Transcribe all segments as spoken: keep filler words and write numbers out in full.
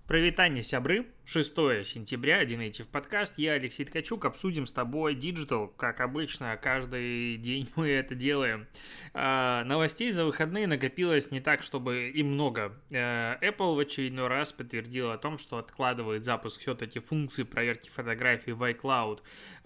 Привитание, сябры. шестое сентября, один Native подкаст. Я Алексей Ткачук. Обсудим с тобой диджитал. Как обычно, каждый день мы это делаем. А, новостей за выходные накопилось не так, чтобы и много. А, Apple в очередной раз подтвердила о том, что откладывает запуск все-таки функции проверки фотографий в iCloud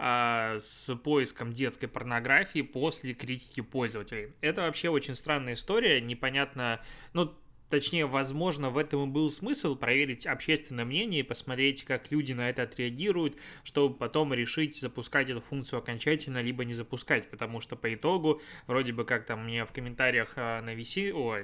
а, с поиском детской порнографии после критики пользователей. Это вообще очень странная история. Непонятно, ну, Точнее, возможно, в этом и был смысл проверить общественное мнение и посмотреть, как люди на это отреагируют, чтобы потом решить, запускать эту функцию окончательно, либо не запускать, потому что по итогу, вроде бы как там мне в комментариях на ви си, ой,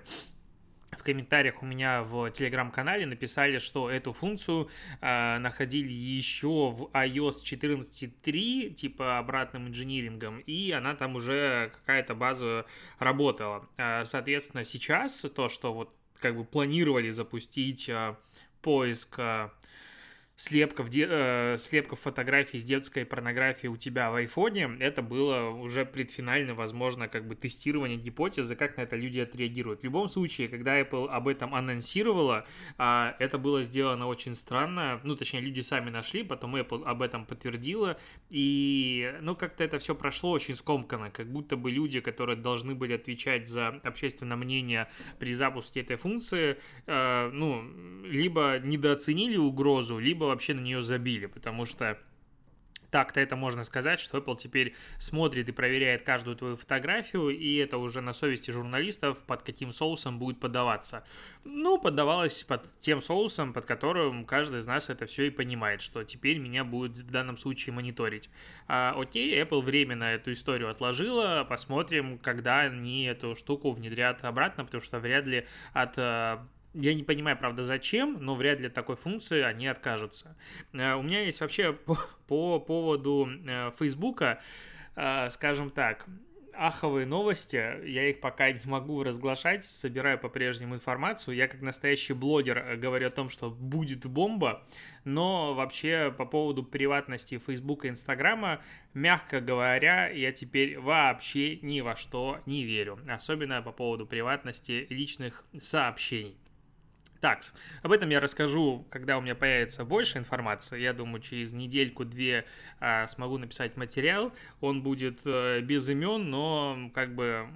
в комментариях у меня в телеграм-канале написали, что эту функцию э, находили еще в ай о эс четырнадцать точка три, типа обратным инжинирингом, и она там уже какая-то база работала. Э, соответственно, сейчас то, что вот как бы планировали запустить э, поиск э, слепков, де, э, слепков фотографий с детской порнографией у тебя в айфоне, это было уже предфинально, возможно, как бы тестирование гипотезы, как на это люди отреагируют. В любом случае, когда Apple об этом анонсировала, э, это было сделано очень странно, ну, точнее, люди сами нашли, потом Apple об этом подтвердила, и, ну, как-то это все прошло очень скомканно, как будто бы люди, которые должны были отвечать за общественное мнение при запуске этой функции, э, ну, либо недооценили угрозу, либо вообще на нее забили, потому что так-то это можно сказать, что Apple теперь смотрит и проверяет каждую твою фотографию, и это уже на совести журналистов, под каким соусом будет подаваться. Ну, подавалось под тем соусом, под которым каждый из нас это все и понимает, что теперь меня будет в данном случае мониторить. А, окей, Apple временно эту историю отложила, посмотрим, когда они эту штуку внедрят обратно, потому что вряд ли от... Я не понимаю, правда, зачем, но вряд ли от такой функции они откажутся. У меня есть вообще по, по поводу Фейсбука, скажем так, аховые новости, я их пока не могу разглашать, собираю по-прежнему информацию. Я как настоящий блогер говорю о том, что будет бомба, но вообще по поводу приватности Фейсбука и Инстаграма, мягко говоря, я теперь вообще ни во что не верю, особенно по поводу приватности личных сообщений. Так, об этом я расскажу, когда у меня появится больше информации. Я думаю, через недельку-две а, смогу написать материал. Он будет а, без имен, но как бы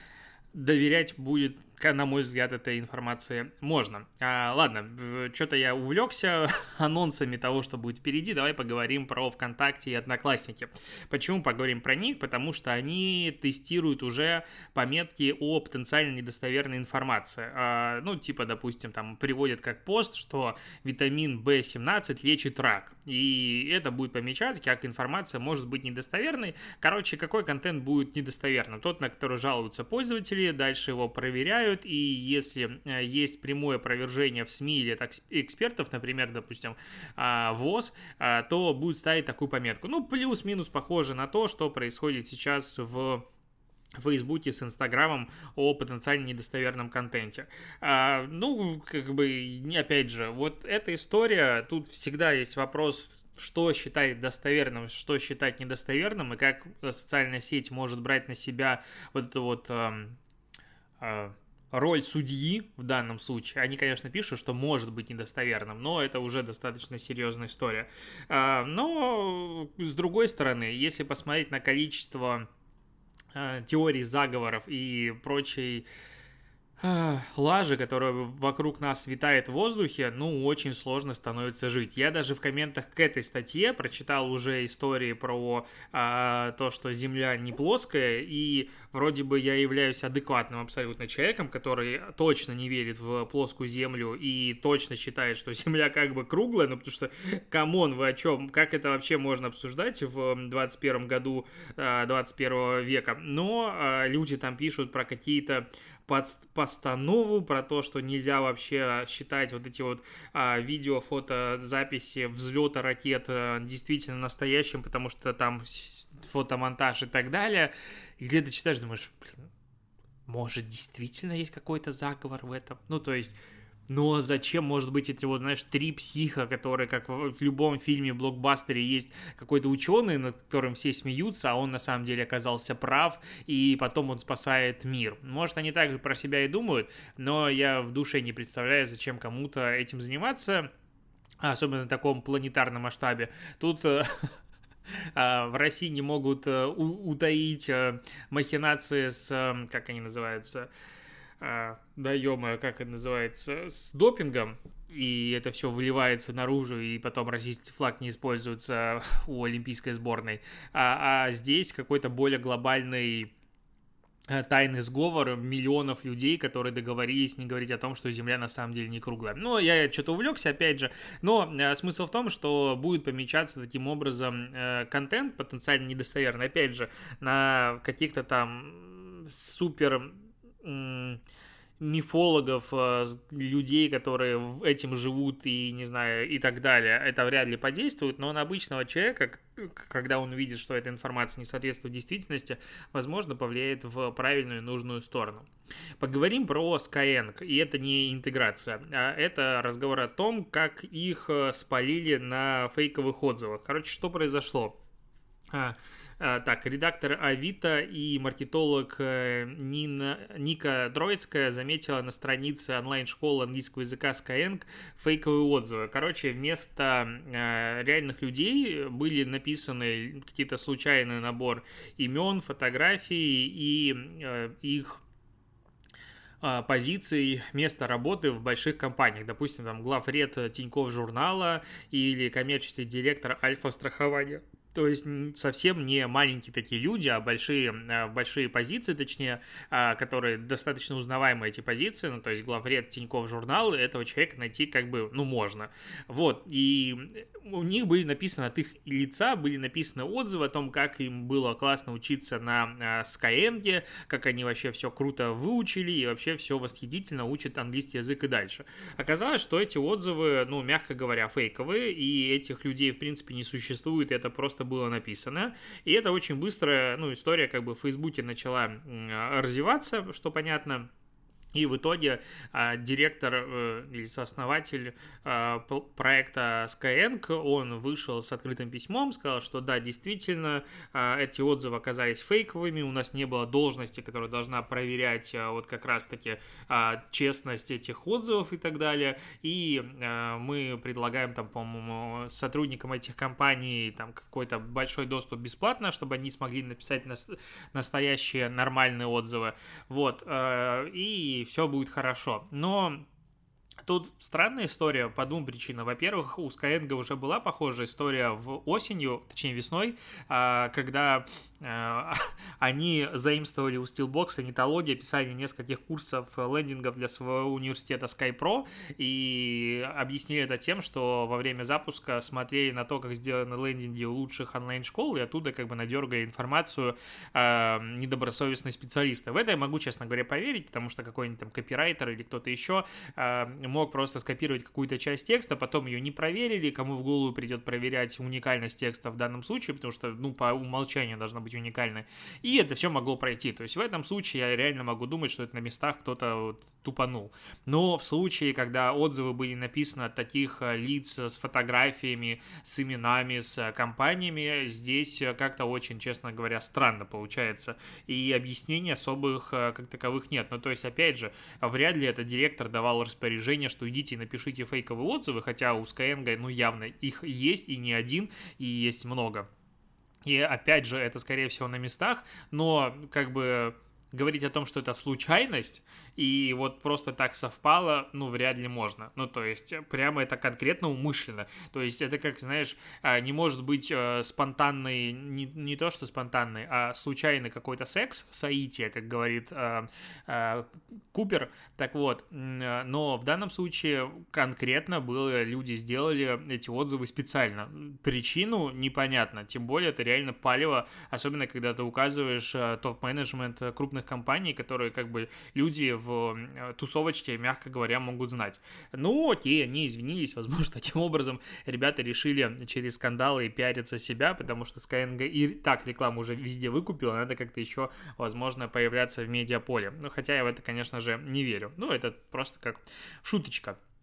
доверять будет, на мой взгляд, этой информации можно. А, ладно, что-то я увлекся анонсами того, что будет впереди. Давай поговорим про ВКонтакте и Одноклассники. Почему поговорим про них? Потому что они тестируют уже пометки о потенциально недостоверной информации. А, ну, типа, допустим, там приводят как пост, что витамин бэ семнадцать лечит рак. И это будет помечать, как информация может быть недостоверной. Короче, какой контент будет недостоверным? Тот, на который жалуются пользователи, дальше его проверяют, и если есть прямое опровержение в СМИ или от экспертов, например, допустим, ВОЗ, то будет ставить такую пометку. Ну, плюс-минус похоже на то, что происходит сейчас в в Фейсбуке с Инстаграмом о потенциально недостоверном контенте. А, ну, как бы, опять же, вот эта история, тут всегда есть вопрос, что считать достоверным, что считать недостоверным, и как социальная сеть может брать на себя вот эту вот э, э, роль судьи в данном случае. Они, конечно, пишут, что может быть недостоверным, но это уже достаточно серьезная история. А, но, с другой стороны, если посмотреть на количество теорий заговоров и прочей лажи, которая вокруг нас витает в воздухе, ну, очень сложно становится жить. Я даже в комментах к этой статье прочитал уже истории про а, то, что Земля не плоская, и вроде бы я являюсь адекватным абсолютно человеком, который точно не верит в плоскую Землю и точно считает, что Земля как бы круглая, ну, потому что, камон, вы о чем? Как это вообще можно обсуждать в двадцать первом году а, двадцать первого века? Но а, люди там пишут про какие-то постанову, про то, что нельзя вообще считать вот эти вот а, видео, фото, записи взлета ракет а, действительно настоящим, потому что там фотомонтаж и так далее. И где ты читаешь, думаешь, блин, может, действительно есть какой-то заговор в этом? Ну, то есть... Но зачем, может быть, эти вот, знаешь, три психа, которые, как в любом фильме, блокбастере, есть какой-то ученый, над которым все смеются, а он на самом деле оказался прав, и потом он спасает мир. Может, они так же про себя и думают, но я в душе не представляю, зачем кому-то этим заниматься. особенно на таком планетарном масштабе. Тут в России не могут утаить махинации с, как они называются, да ё-моё, как это называется, с допингом, и это все выливается наружу, и потом российский флаг не используется у олимпийской сборной. А, а здесь какой-то более глобальный тайный сговор миллионов людей, которые договорились не говорить о том, что Земля на самом деле не круглая. Но я что-то увлекся, опять же. Но э, смысл в том, что будет помечаться таким образом э, контент потенциально недостоверный. Опять же, на каких-то там супер... М- мифологов, людей, которые этим живут и, не знаю, и так далее, это вряд ли подействует, но на обычного человека, когда он видит, что эта информация не соответствует действительности, возможно, повлияет в правильную и нужную сторону. Поговорим про Skyeng, и это не интеграция, а это разговор о том, как их спалили на фейковых отзывах. Короче, что произошло? Так, редактор Авито и маркетолог Нина, Ника Троицкая заметила на странице онлайн-школы английского языка Skyeng фейковые отзывы. Короче, вместо э, реальных людей были написаны какие-то случайный набор имен, фотографий и э, их позиций места работы в больших компаниях. Допустим, там главред Тинькофф журнала или коммерческий директор Альфа-страхования. То есть совсем не маленькие такие люди, а большие, большие позиции, точнее, которые достаточно узнаваемые, эти позиции. Ну, то есть главред Тинькофф журнала, этого человека найти как бы, ну, можно. Вот, и у них были написаны, от их лица были написаны отзывы о том, как им было классно учиться на Skyeng, как они вообще все круто выучили и вообще все восхитительно учат английский язык и дальше. Оказалось, что эти отзывы, ну, мягко говоря, фейковые, и этих людей, в принципе, не существует, это просто было написано, и это очень быстро, ну, история как бы в Фейсбуке начала развиваться, что понятно. И в итоге а, директор э, или сооснователь э, проекта Skyeng, он вышел с открытым письмом, сказал, что да, действительно, э, эти отзывы оказались фейковыми, у нас не было должности, которая должна проверять э, вот как раз-таки э, честность этих отзывов и так далее, и э, мы предлагаем там, по-моему, сотрудникам этих компаний там какой-то большой доступ бесплатно, чтобы они смогли написать нас- настоящие нормальные отзывы, вот, э, и и все будет хорошо. Но тут странная история по двум причинам. Во-первых, у Skyeng уже была похожая история в осенью, точнее весной, когда они заимствовали у Steelbox нетологии, писали нескольких курсов лендингов для своего университета SkyPro и объяснили это тем, что во время запуска смотрели на то, как сделаны лендинги у лучших онлайн-школ, и оттуда как бы надергали информацию недобросовестные специалисты. В это я могу, честно говоря, поверить, потому что какой-нибудь там копирайтер или кто-то еще мог просто скопировать какую-то часть текста, потом ее не проверили, кому в голову придет проверять уникальность текста в данном случае, потому что, ну, по умолчанию должна быть уникальной, и это все могло пройти, то есть в этом случае я реально могу думать, что это на местах кто-то вот тупанул, но в случае, когда отзывы были написаны от таких лиц с фотографиями, с именами, с компаниями, здесь как-то очень, честно говоря, странно получается, и объяснений особых как таковых нет, ну, то есть, опять же, вряд ли этот директор давал распоряжение, что идите и напишите фейковые отзывы, хотя у Skyeng, ну, явно их есть и не один, и есть много. И опять же, это, скорее всего, на местах, но как бы говорить о том, что это случайность, и вот просто так совпало, ну, вряд ли можно. Ну, то есть, прямо это конкретно умышленно. То есть, это как, знаешь, не может быть спонтанный, не, не то, что спонтанный, а случайный какой-то секс, соитие, как говорит э, э, Купер. Так вот, но в данном случае конкретно было, люди сделали эти отзывы специально. Причину непонятно, тем более это реально палево, особенно когда ты указываешь топ-менеджмент крупных компаний, которые как бы люди в тусовочке, мягко говоря, могут знать. Ну, окей, они извинились, возможно, таким образом ребята решили через скандалы пиариться себя, потому что Skyeng и так рекламу уже везде выкупила, надо как-то еще, возможно, появляться в медиаполе. Ну, хотя я в это, конечно же, не верю. Ну, это просто как шуточка.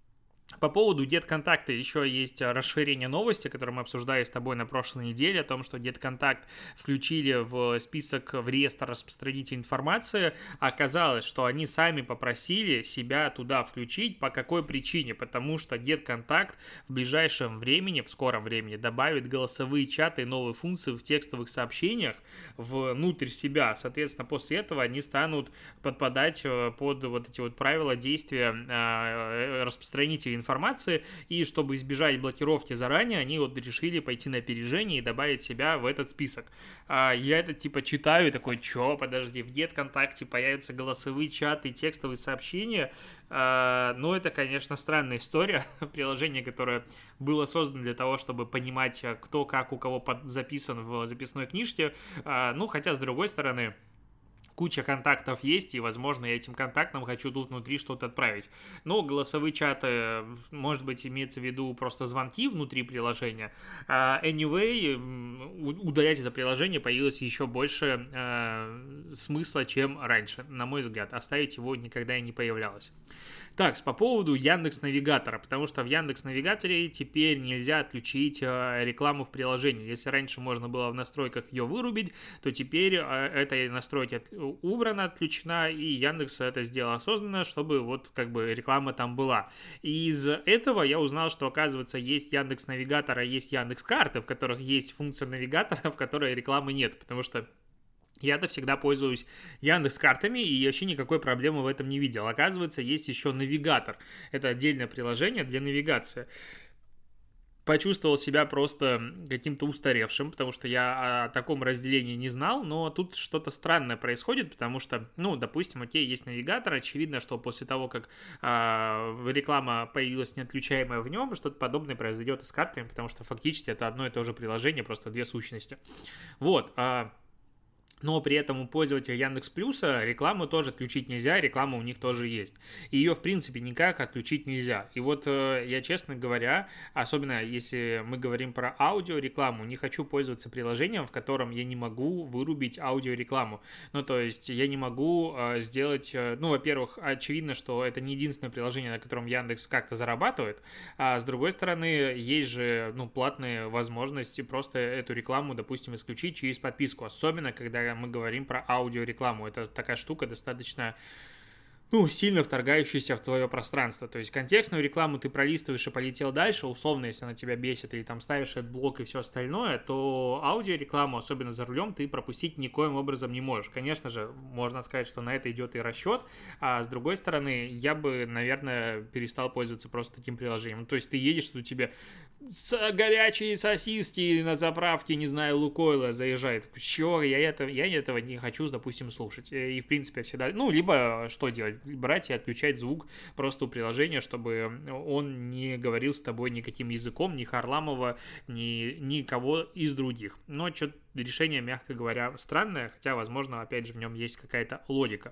По поводу DeadContact еще есть расширение новости, которое мы обсуждали с тобой на прошлой неделе, о том, что DeadContact включили в список, в реестр распространителей информации. Оказалось, что они сами попросили себя туда включить. По какой причине? Потому что DeadContact в ближайшем времени, в скором времени, добавит голосовые чаты и новые функции в текстовых сообщениях внутрь себя. Соответственно, после этого они станут подпадать под вот эти вот правила действия распространителей информации, и чтобы избежать блокировки заранее, они вот решили пойти на опережение и добавить себя в этот список. А я это типа читаю и такой, чё, подожди, в DeadContact появятся голосовые чаты и текстовые сообщения. А, ну, это, конечно, странная история. Приложение, которое было создано для того, чтобы понимать, кто как у кого записан в записной книжке. А, ну, хотя, с другой стороны, куча контактов есть, и, возможно, я этим контактам хочу тут внутри что-то отправить. Но голосовые чаты, может быть, имеется в виду просто звонки внутри приложения. Anyway, удалять это приложение появилось еще больше э, смысла, чем раньше, на мой взгляд. Оставить его никогда и не появлялось. Так, по поводу Яндекс.Навигатора, потому что в Яндекс.Навигаторе теперь нельзя отключить рекламу в приложении. Если раньше можно было в настройках ее вырубить, то теперь эта настройка убрана, отключена, и Яндекс это сделал осознанно, чтобы вот как бы реклама там была. И из этого я узнал, что, оказывается, есть Яндекс.Навигатор, а есть Яндекс.Карты, в которых есть функция навигатора, в которой рекламы нет, потому что я-то всегда пользуюсь Яндекс.Картами и вообще никакой проблемы в этом не видел. Оказывается, есть еще навигатор. Это отдельное приложение для навигации. Почувствовал себя просто каким-то устаревшим, потому что я о таком разделении не знал, но тут что-то странное происходит, потому что, ну, допустим, окей, есть навигатор, очевидно, что после того, как э, реклама появилась неотключаемая в нем, что-то подобное произойдет и с картами, потому что фактически это одно и то же приложение, просто две сущности. Вот, э, но при этом у пользователя Яндекс.Плюса рекламу тоже отключить нельзя, реклама у них тоже есть. И ее, в принципе, никак отключить нельзя. И вот я, честно говоря, особенно если мы говорим про аудиорекламу, не хочу пользоваться приложением, в котором я не могу вырубить аудиорекламу. Ну, то есть я не могу сделать... Ну, во-первых, очевидно, что это не единственное приложение, на котором Яндекс как-то зарабатывает. А с другой стороны, есть же, ну, платные возможности просто эту рекламу, допустим, исключить через подписку. Особенно, когда мы говорим про аудиорекламу. Это такая штука достаточно, ну, сильно вторгающаяся в твое пространство. То есть контекстную рекламу ты пролистываешь и полетел дальше, условно, если она тебя бесит, или там ставишь адблок и все остальное, то аудиорекламу, особенно за рулем, ты пропустить никоим образом не можешь. Конечно же, можно сказать, что на это идет и расчет, а с другой стороны, я бы, наверное, перестал пользоваться просто таким приложением. То есть ты едешь, что у тебя горячие сосиски на заправке, не знаю, Лукойла заезжает. Чё, я, это, я этого не хочу, допустим, слушать. И, в принципе, всегда... Ну, либо что делать? Брать и отключать звук просто у приложения, чтобы он не говорил с тобой никаким языком, ни Харламова, ни никого из других. Но что-то решение, мягко говоря, странное, хотя, возможно, опять же, в нем есть какая-то логика.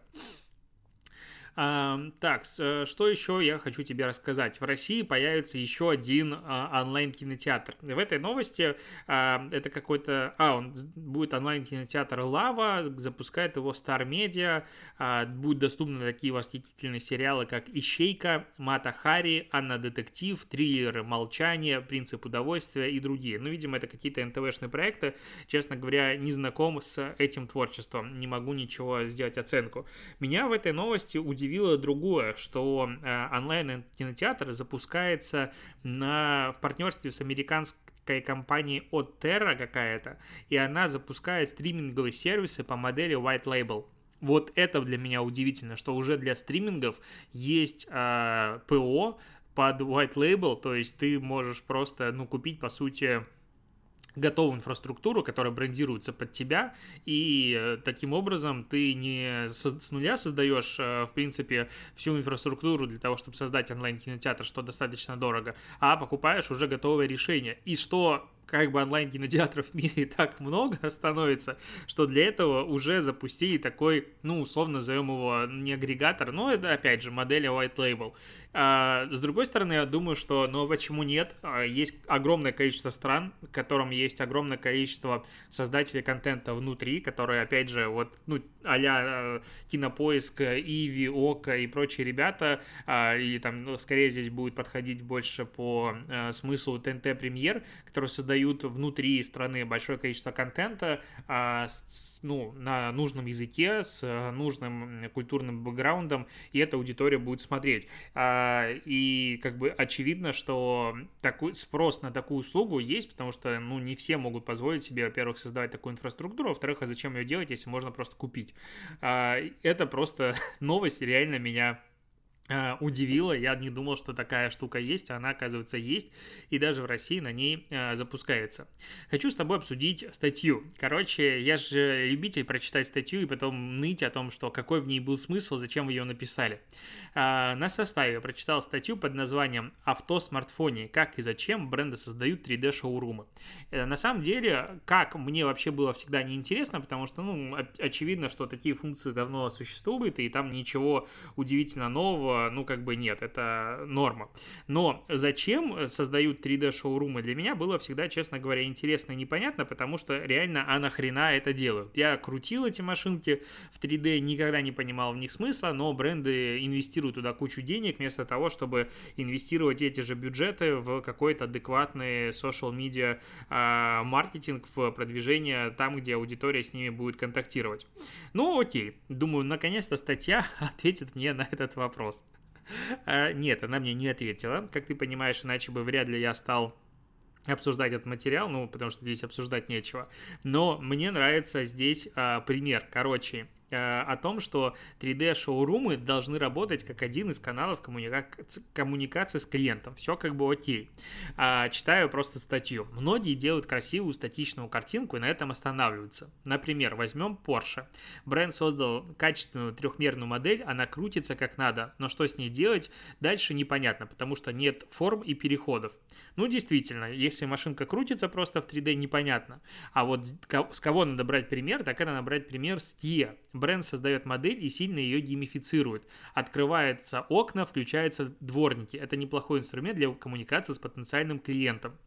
А, так, что еще я хочу тебе рассказать? В России появится еще один а, онлайн-кинотеатр. В этой новости а, это какой-то... А, он будет онлайн-кинотеатр Лава, запускает его Star Media, а, будут доступны такие восхитительные сериалы, как «Ищейка», «Мата Хари», «Анна Детектив», триллеры «Молчание», «Принцип удовольствия» и другие. Ну, видимо, это какие-то эн тэ вэ-шные проекты. Честно говоря, не знаком с этим творчеством, не могу ничего сделать оценку. Меня в этой новости удивило Удивило другое, что э, онлайн-кинотеатр запускается на, в партнерстве с американской компанией Oterra какая-то, и она запускает стриминговые сервисы по модели White Label. Вот это для меня удивительно, что уже для стримингов есть э, ПО под White Label, то есть ты можешь просто, ну, купить, по сути, готовую инфраструктуру, которая брендируется под тебя, и э, таким образом ты не со, с нуля создаешь, э, в принципе, всю инфраструктуру для того, чтобы создать онлайн-кинотеатр, что достаточно дорого, а покупаешь уже готовое решение. И что как бы онлайн-кинотеатров в мире и так много становится, что для этого уже запустили такой, ну, условно назовем его не агрегатор, но это, опять же, модель White Label. А, с другой стороны, я думаю, что, ну, почему нет? Есть огромное количество стран, в котором есть огромное количество создателей контента внутри, которые, опять же, вот, ну, а-ля Кинопоиск, Иви, Ока и прочие ребята, или там, ну, скорее здесь будет подходить больше по э, смыслу ТНТ Премьер, которые создают внутри страны большое количество контента, э, с, ну, на нужном языке, с нужным культурным бэкграундом, и эта аудитория будет смотреть. Э, и как бы очевидно, что такой спрос на такую услугу есть, потому что, ну, не все могут позволить себе, во-первых, создавать такую инфраструктуру, во-вторых, а зачем ее делать, если можно просто купить. Э, это просто новость, реально меня удивило, я не думал, что такая штука есть, а она, оказывается, есть, и даже в России на ней э, запускается. Хочу с тобой обсудить статью. Короче, я же любитель прочитать статью и потом ныть о том, что какой в ней был смысл, зачем вы ее написали. Э, на составе я прочитал статью под названием «Авто, смартфоне. Как и зачем бренды создают три дэ-шоурумы». Э, на самом деле, как мне вообще было всегда неинтересно, потому что, ну, очевидно, что такие функции давно существуют, и там ничего удивительно нового, ну, как бы нет, это норма. Но зачем создают три дэ-шоурумы, для меня было всегда, честно говоря, интересно и непонятно, потому что реально, а нахрена это делают? Я крутил эти машинки в три дэ, никогда не понимал в них смысла, но бренды инвестируют туда кучу денег, вместо того, чтобы инвестировать эти же бюджеты в какой-то адекватный social-media э, маркетинг, в продвижение там, где аудитория с ними будет контактировать. Ну, окей, думаю, наконец-то статья ответит мне на этот вопрос. А, нет, она мне не ответила. Как ты понимаешь, иначе бы вряд ли я стал обсуждать этот материал, ну, потому что здесь обсуждать нечего. Но мне нравится здесь а, пример. Короче, о том, что три дэ-шоурумы должны работать как один из каналов коммуника- коммуникации с клиентом. Все как бы окей. А, читаю просто статью. Многие делают красивую статичную картинку и на этом останавливаются. Например, возьмем Porsche. Бренд создал качественную трехмерную модель, она крутится как надо, но что с ней делать, дальше непонятно, потому что нет форм и переходов. Ну, действительно, если машинка крутится просто в три дэ, непонятно. А вот с кого надо брать пример, так это надо брать пример с Kia. Бренд создает модель и сильно ее геймифицирует. Открываются окна, включаются дворники. Это неплохой инструмент для коммуникации с потенциальным клиентом.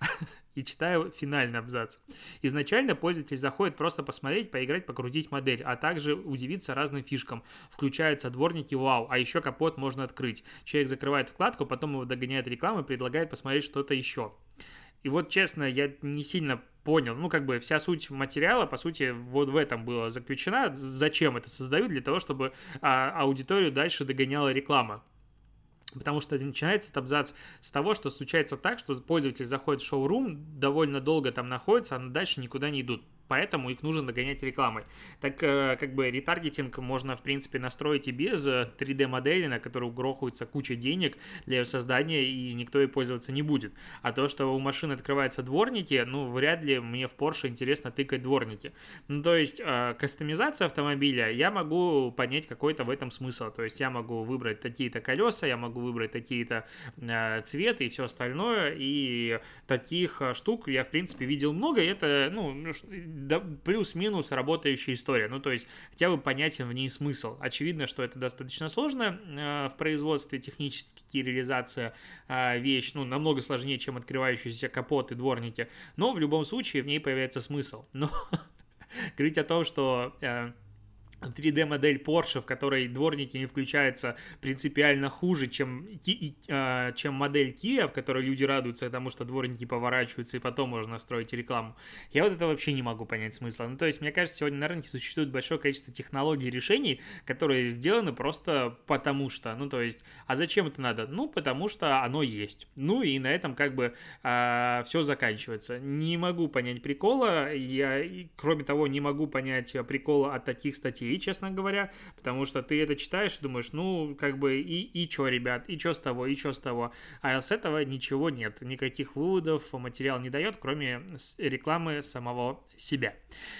И читаю финальный абзац. Изначально пользователь заходит просто посмотреть, поиграть, покрутить модель, а также удивиться разным фишкам. Включаются дворники, вау, а еще капот можно открыть. Человек закрывает вкладку, потом его догоняет реклама и предлагает посмотреть что-то еще. И вот, честно, я не сильно понял, ну, как бы вся суть материала, по сути, вот в этом была заключена. Зачем это создают? Для того, чтобы а, аудиторию дальше догоняла реклама. Потому что начинается этот абзац с того, что случается так, что пользователь заходит в шоурум, довольно долго там находится, а дальше никуда не идут. Поэтому их нужно догонять рекламой. Так как бы ретаргетинг можно, в принципе, настроить и без три дэ-модели, на которую грохается куча денег для ее создания, и никто ей пользоваться не будет. А то, что у машины открываются дворники, ну, вряд ли мне в Porsche интересно тыкать дворники. Ну, то есть, кастомизация автомобиля, я могу понять какой-то в этом смысл. То есть, я могу выбрать такие-то колеса, я могу выбрать такие-то цветы и все остальное, и таких штук я, в принципе, видел много, и это, ну, да, плюс-минус работающая история, ну, то есть хотя бы понятен в ней смысл. Очевидно, что это достаточно сложно э, в производстве, технически реализация э, вещь, ну, намного сложнее, чем открывающиеся капоты, дворники, но в любом случае в ней появляется смысл. Но говорить о том, что... Э, три дэ-модель Porsche, в которой дворники не включаются, принципиально хуже, чем, чем модель Kia, в которой люди радуются, потому что дворники поворачиваются, и потом можно настроить рекламу. Я вот это вообще не могу понять смысла. Ну, то есть, мне кажется, сегодня на рынке существует большое количество технологий и решений, которые сделаны просто потому что. Ну, то есть, а зачем это надо? Ну, потому что оно есть. Ну, и на этом как бы а, все заканчивается. Не могу понять прикола. Я, и, кроме того, не могу понять прикола от таких статей, честно говоря, потому что ты это читаешь и думаешь, ну, как бы, и, и чё, ребят, и чё с того, и чё с того, а с этого ничего нет, никаких выводов материал не дает, кроме рекламы самого себя.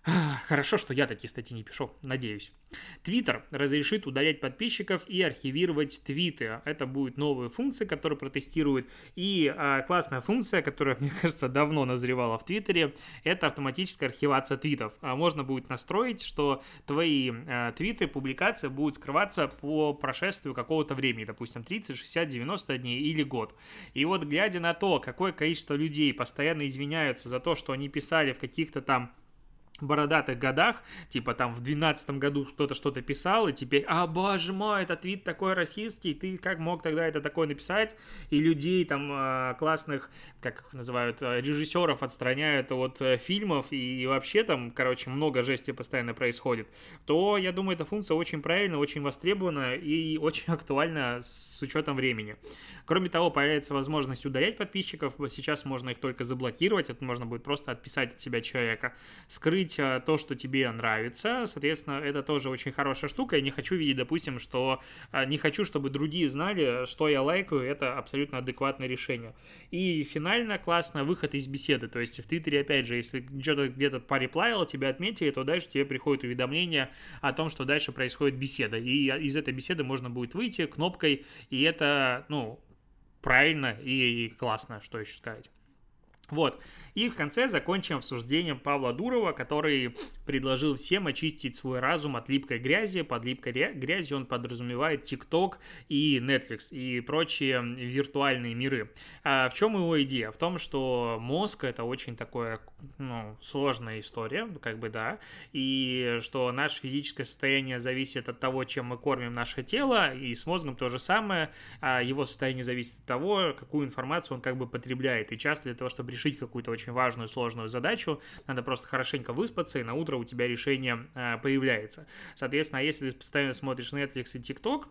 Хорошо, что я такие статьи не пишу, надеюсь. Твиттер разрешит удалять подписчиков и архивировать твиты. Это будет новая функция, которую протестируют. И а, классная функция, которая, мне кажется, давно назревала в Твиттере, это автоматическая архивация твитов. А можно будет настроить, что твои а, твиты, публикации будут скрываться по прошествию какого-то времени, допустим, тридцать, шестьдесят, девяносто дней или год. И вот глядя на то, какое количество людей постоянно извиняются за то, что они писали в каких-то там бородатых годах, типа там в двенадцатом году кто-то что-то писал, и теперь, а боже мой, этот твит такой российский, ты как мог тогда это такое написать, и людей там классных, как их называют, режиссеров отстраняют от фильмов, и вообще там, короче, много жести постоянно происходит, то, я думаю, эта функция очень правильная, очень востребована и очень актуальна с учетом времени. Кроме того, появится возможность удалять подписчиков, сейчас можно их только заблокировать, это можно будет просто отписать от себя человека, скрыть то, что тебе нравится, соответственно, это тоже очень хорошая штука, я не хочу видеть, допустим, что, не хочу, чтобы другие знали, что я лайкаю, это абсолютно адекватное решение. И финально классно выход из беседы, то есть в Твиттере, опять же, если что-то где-то пореплавил, тебя отметили, то дальше тебе приходит уведомление о том, что дальше происходит беседа, и из этой беседы можно будет выйти кнопкой, и это, ну, правильно и классно, что еще сказать. Вот. И в конце закончим обсуждением Павла Дурова, который предложил всем очистить свой разум от липкой грязи. Под липкой грязью он подразумевает TikTok и Netflix и прочие виртуальные миры. А в чем его идея? В том, что мозг — это очень такое, ну, сложная история, как бы, да, и что наше физическое состояние зависит от того, чем мы кормим наше тело, и с мозгом то же самое, а его состояние зависит от того, какую информацию он как бы потребляет. И часто для того, чтобы решить какую-то очень важную, сложную задачу, надо просто хорошенько выспаться, и на утро у тебя решение э, появляется. Соответственно, если ты постоянно смотришь Netflix и TikTok,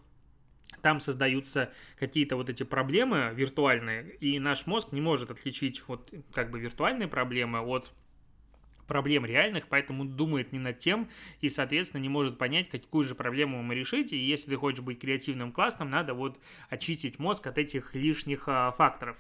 там создаются какие-то вот эти проблемы виртуальные, и наш мозг не может отличить вот как бы виртуальные проблемы от проблем реальных, поэтому думает не над тем и, соответственно, не может понять, какую же проблему ему решить, и если ты хочешь быть креативным, классным, надо вот очистить мозг от этих лишних а, факторов.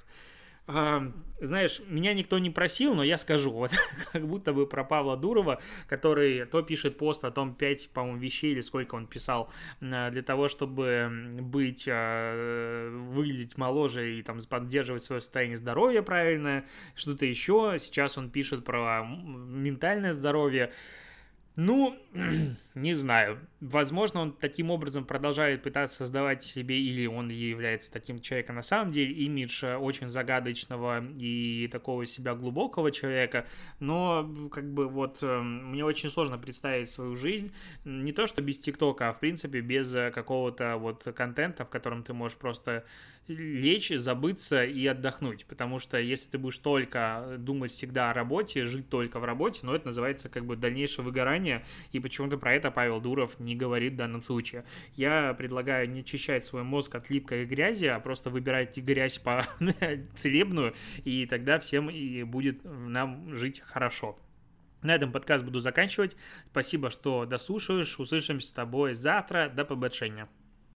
Знаешь, меня никто не просил, но я скажу, вот как будто бы про Павла Дурова, который то пишет пост о том пять, по-моему, вещей, или сколько он писал, для того, чтобы быть, выглядеть моложе и там поддерживать свое состояние здоровья правильное, что-то еще. Сейчас он пишет про ментальное здоровье. Ну, не знаю. Возможно, он таким образом продолжает пытаться создавать себе, или он является таким человеком на самом деле, имидж очень загадочного и такого себя глубокого человека, но как бы вот мне очень сложно представить свою жизнь не то что без ТикТока, а в принципе без какого-то вот контента, в котором ты можешь просто лечь, забыться и отдохнуть, потому что если ты будешь только думать всегда о работе, жить только в работе, ну, это называется как бы дальнейшее выгорание, и почему-то про это Павел Дуров не говорит в данном случае. Я предлагаю не очищать свой мозг от липкой грязи, а просто выбирать грязь по целебную, и тогда всем и будет нам жить хорошо. На этом подкаст буду заканчивать. Спасибо, что дослушаешь. Услышимся с тобой завтра. До побачення.